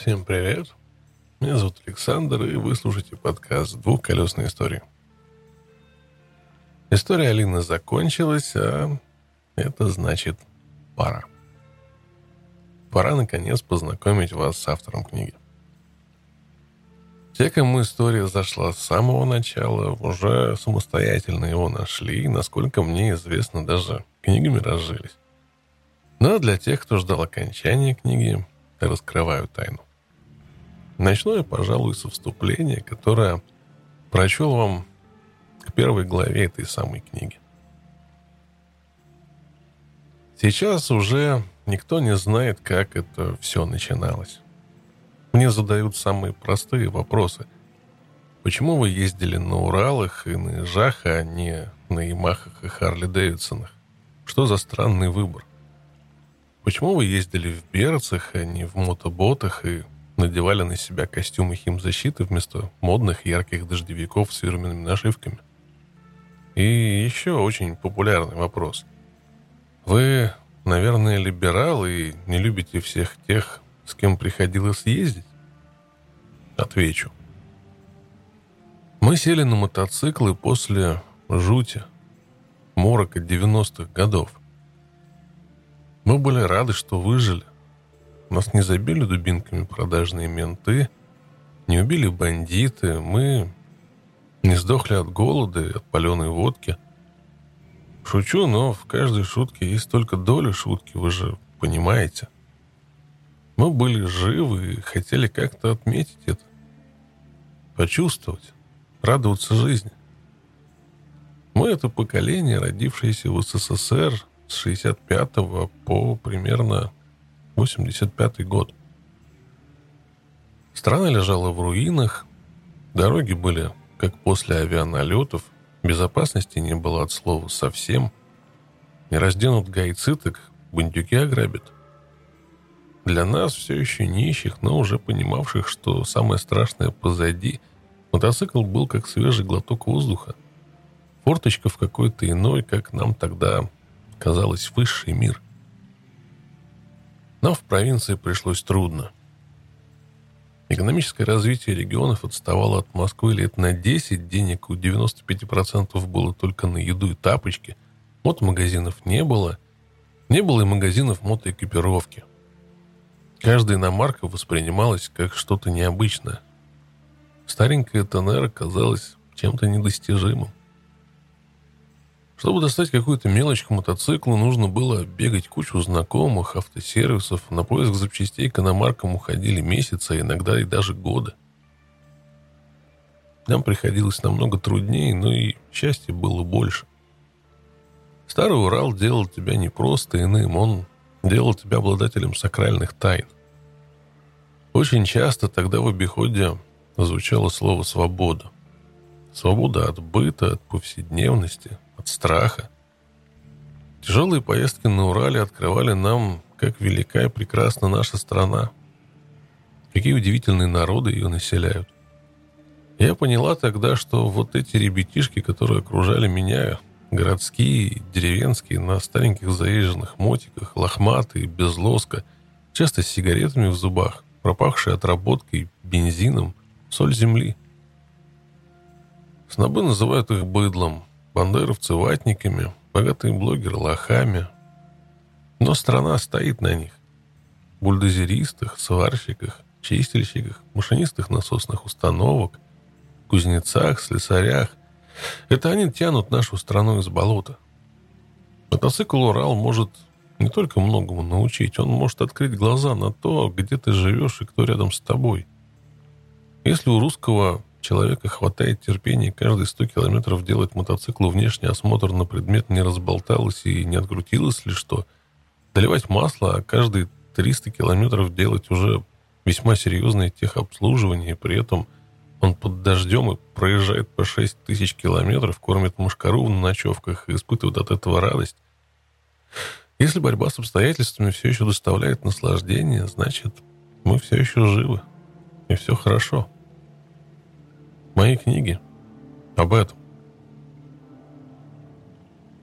Всем привет. Меня зовут Александр, и вы слушаете подкаст «Двухколесные истории». История Алины закончилась, а это значит пора. Пора, наконец, познакомить вас с автором книги. Те, кому история зашла с самого начала, уже самостоятельно его нашли, и, насколько мне известно, даже книгами разжились. Но для тех, кто ждал окончания книги, раскрываю тайну. Начну я, пожалуй, со вступления, которое прочел вам к первой главе этой самой книги. Сейчас уже никто не знает, как это все начиналось. Мне задают самые простые вопросы. Почему вы ездили на Уралах и на Ижах, а не на Ямахах и Харли Дэвидсонах? Что за странный выбор? Почему вы ездили в берцах, а не в мотоботах и надевали на себя костюмы химзащиты вместо модных ярких дождевиков с фирменными нашивками? И еще очень популярный вопрос. Вы, наверное, либерал и не любите всех тех, с кем приходилось ездить? Отвечу. Мы сели на мотоциклы после жути, морока 90-х годов. Мы были рады, что выжили. Нас не забили дубинками продажные менты, не убили бандиты, мы не сдохли от голода и от паленой водки. Шучу, но в каждой шутке есть только доля шутки, вы же понимаете. Мы были живы и хотели как-то отметить это. Почувствовать, радоваться жизни. Мы — это поколение, родившееся в СССР с 65 по примерно 85 год. Страна лежала в руинах, дороги были как после авианалетов, безопасности не было от слова совсем. Не разденут гайцы, так бандюки ограбят. Для нас, все еще нищих, но уже понимавших, что самое страшное позади, мотоцикл был как свежий глоток воздуха. Форточка в какой-то иной, как нам тогда казалось, высший мир. Нам в провинции пришлось трудно. Экономическое развитие регионов отставало от Москвы лет на 10, денег у 95% было только на еду и тапочки, мотомагазинов не было и магазинов мотоэкипировки. Каждая иномарка воспринималась как что-то необычное. Старенькая ТНР казалась чем-то недостижимым. Чтобы достать какую-то мелочь к мотоциклу, нужно было бегать кучу знакомых, автосервисов. На поиск запчастей к иномаркам уходили месяцы, а иногда и даже годы. Нам приходилось намного труднее, но и счастья было больше. Старый Урал делал тебя не просто иным, он делал тебя обладателем сакральных тайн. Очень часто тогда в обиходе звучало слово «свобода». Свобода от быта, от повседневности, от страха. Тяжелые поездки на Урале открывали нам, как велика и прекрасна наша страна. Какие удивительные народы ее населяют. Я поняла тогда, что вот эти ребятишки, которые окружали меня, городские, деревенские, на стареньких заезженных мотиках, лохматые, без лоска, часто с сигаретами в зубах, пропахшие отработкой, бензином, соль земли. Снобы называют их быдлом, бандеровцы — ватниками, богатые блогеры — лохами. Но страна стоит на них. Бульдозеристах, сварщиках, чистильщиках, машинистах насосных установок, кузнецах, слесарях. Это они тянут нашу страну из болота. Мотоцикл «Урал» может не только многому научить, он может открыть глаза на то, где ты живешь и кто рядом с тобой. Если у русского человека хватает терпения каждые 100 километров делать мотоциклу внешний осмотр на предмет, не разболталось и не открутилось ли что, доливать масло, а каждые 300 километров делать уже весьма серьезное техобслуживание, и при этом он под дождем и проезжает по 6000 километров, кормит мошкару на ночевках и испытывает от этого радость. Если борьба с обстоятельствами все еще доставляет наслаждение, значит, мы все еще живы, и все хорошо. Мои книги об этом.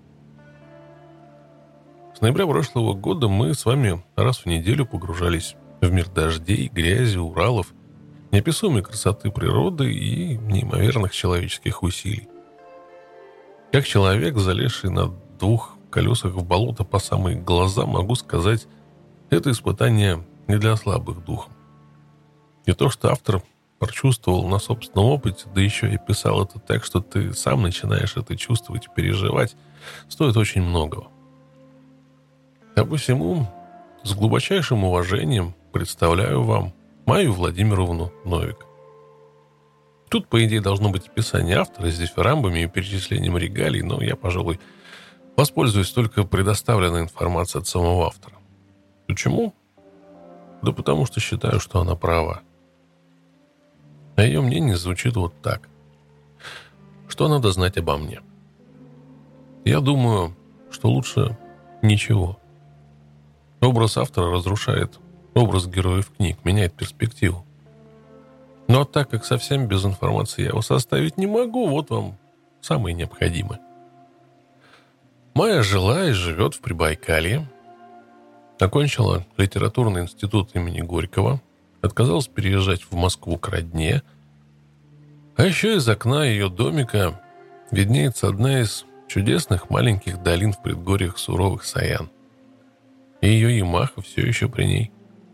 С ноября прошлого года мы с вами раз в неделю погружались в мир дождей, грязи, Уралов, неописуемой красоты природы и неимоверных человеческих усилий. Как человек, залезший на 2 колесах в болото по самые глаза, могу сказать, это испытание не для слабых духом. И то, что автор прочувствовал на собственном опыте, да еще и писал это так, что ты сам начинаешь это чувствовать и переживать, стоит очень многого. А посему с глубочайшим уважением представляю вам Майю Владимировну Новик. Тут, по идее, должно быть описание автора с дифирамбами и перечислением регалий, но я, пожалуй, воспользуюсь только предоставленной информацией от самого автора. Почему? Да потому что считаю, что она права. А ее мнение звучит вот так. Что надо знать обо мне? Я думаю, что лучше ничего. Образ автора разрушает образ героев книг, меняет перспективу. Но так как совсем без информации я его составить не могу, вот вам самое необходимое. Майя жила и живет в Прибайкалье, окончила литературный институт имени Горького, отказалась переезжать в Москву к родне, а еще из окна ее домика виднеется одна из чудесных маленьких долин в предгорьях суровых Саян. И ее Ямаха все еще при ней.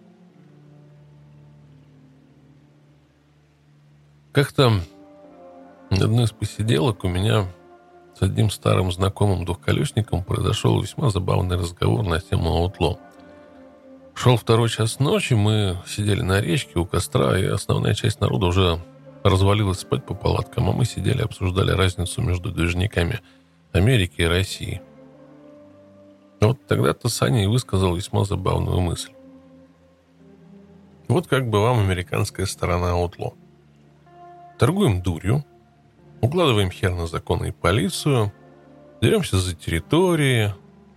Как-то на одной из посиделок у меня с одним старым знакомым двухколесником произошел весьма забавный разговор на тему аутло. Шел 2 час ночи, мы сидели на речке у костра, и основная часть народа уже развалилась спать по палаткам, а мы сидели и обсуждали разницу между движниками Америки и России. Вот тогда-то Саня и высказал весьма забавную мысль. Вот как бы вам американская сторона аутло. Торгуем дурью, укладываем хер на законы и полицию, деремся за территории,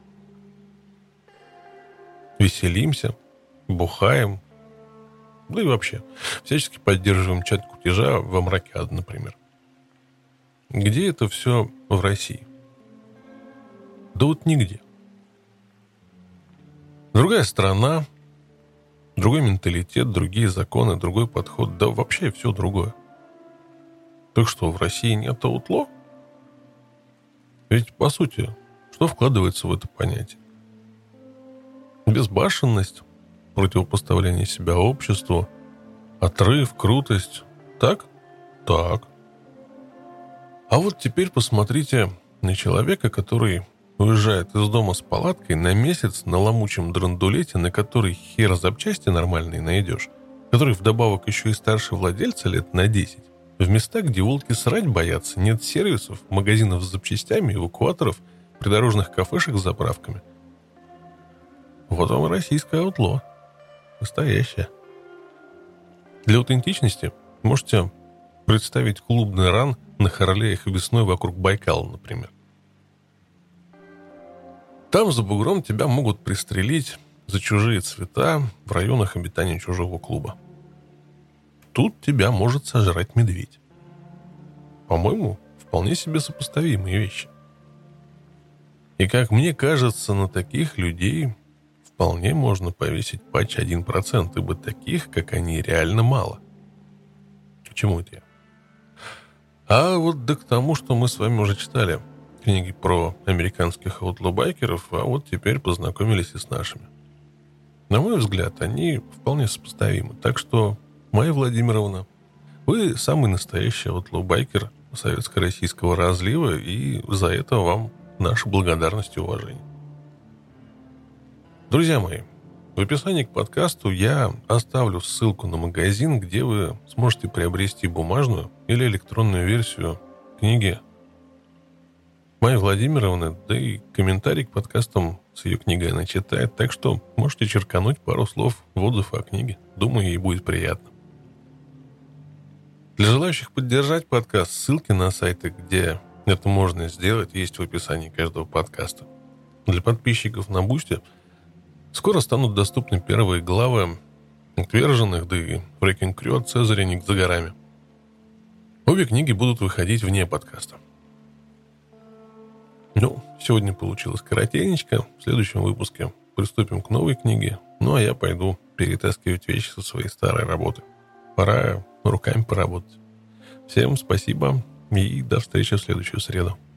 веселимся, бухаем, да и вообще всячески поддерживаем чат кутежа во мраке ада, например. Где это все в России? Да вот нигде. Другая страна, другой менталитет, другие законы, другой подход, да вообще все другое. Так что, в России нет аутло? Ведь, по сути, что вкладывается в это понятие? Безбашенность, противопоставление себя обществу, отрыв, крутость. Так? Так. А вот теперь посмотрите на человека, который уезжает из дома с палаткой на месяц на ломучем драндулете, на который хер запчасти нормальные найдешь, который вдобавок еще и старше владельца лет на 10. В места, где волки срать боятся, нет сервисов, магазинов с запчастями, эвакуаторов, придорожных кафешек с заправками. Вот вам и российское аутло. Настоящее. Для аутентичности можете представить клубный ран на Харлеях весной вокруг Байкала, например. Там за бугром тебя могут пристрелить за чужие цвета в районах обитания чужого клуба. Тут тебя может сожрать медведь. По-моему, вполне себе сопоставимые вещи. И, как мне кажется, на таких людей вполне можно повесить патч 1%, ибо таких, как они, реально мало. К чему это я? А вот да к тому, что мы с вами уже читали книги про американских аутло-байкеров, а вот теперь познакомились и с нашими. На мой взгляд, они вполне сопоставимы. Так что, Майя Владимировна, вы самый настоящий аутло-байкер советско-российского разлива, и за это вам наша благодарность и уважение. Друзья мои, в описании к подкасту я оставлю ссылку на магазин, где вы сможете приобрести бумажную или электронную версию книги Майи Владимировны, да и комментарий к подкастам с ее книгой она читает, так что можете черкануть пару слов в отзыв о книге. Думаю, ей будет приятно. Для желающих поддержать подкаст, ссылки на сайты, где это можно сделать, есть в описании каждого подкаста. Для подписчиков на Бусти скоро станут доступны первые главы «Отверженных», да и «Breaking Crew» от Цезаря «Ник за горами». Обе книги будут выходить вне подкаста. Сегодня получилось коротенечко. В следующем выпуске приступим к новой книге. Ну, а я пойду перетаскивать вещи со своей старой работы. Пора руками поработать. Всем спасибо и до встречи в следующую среду.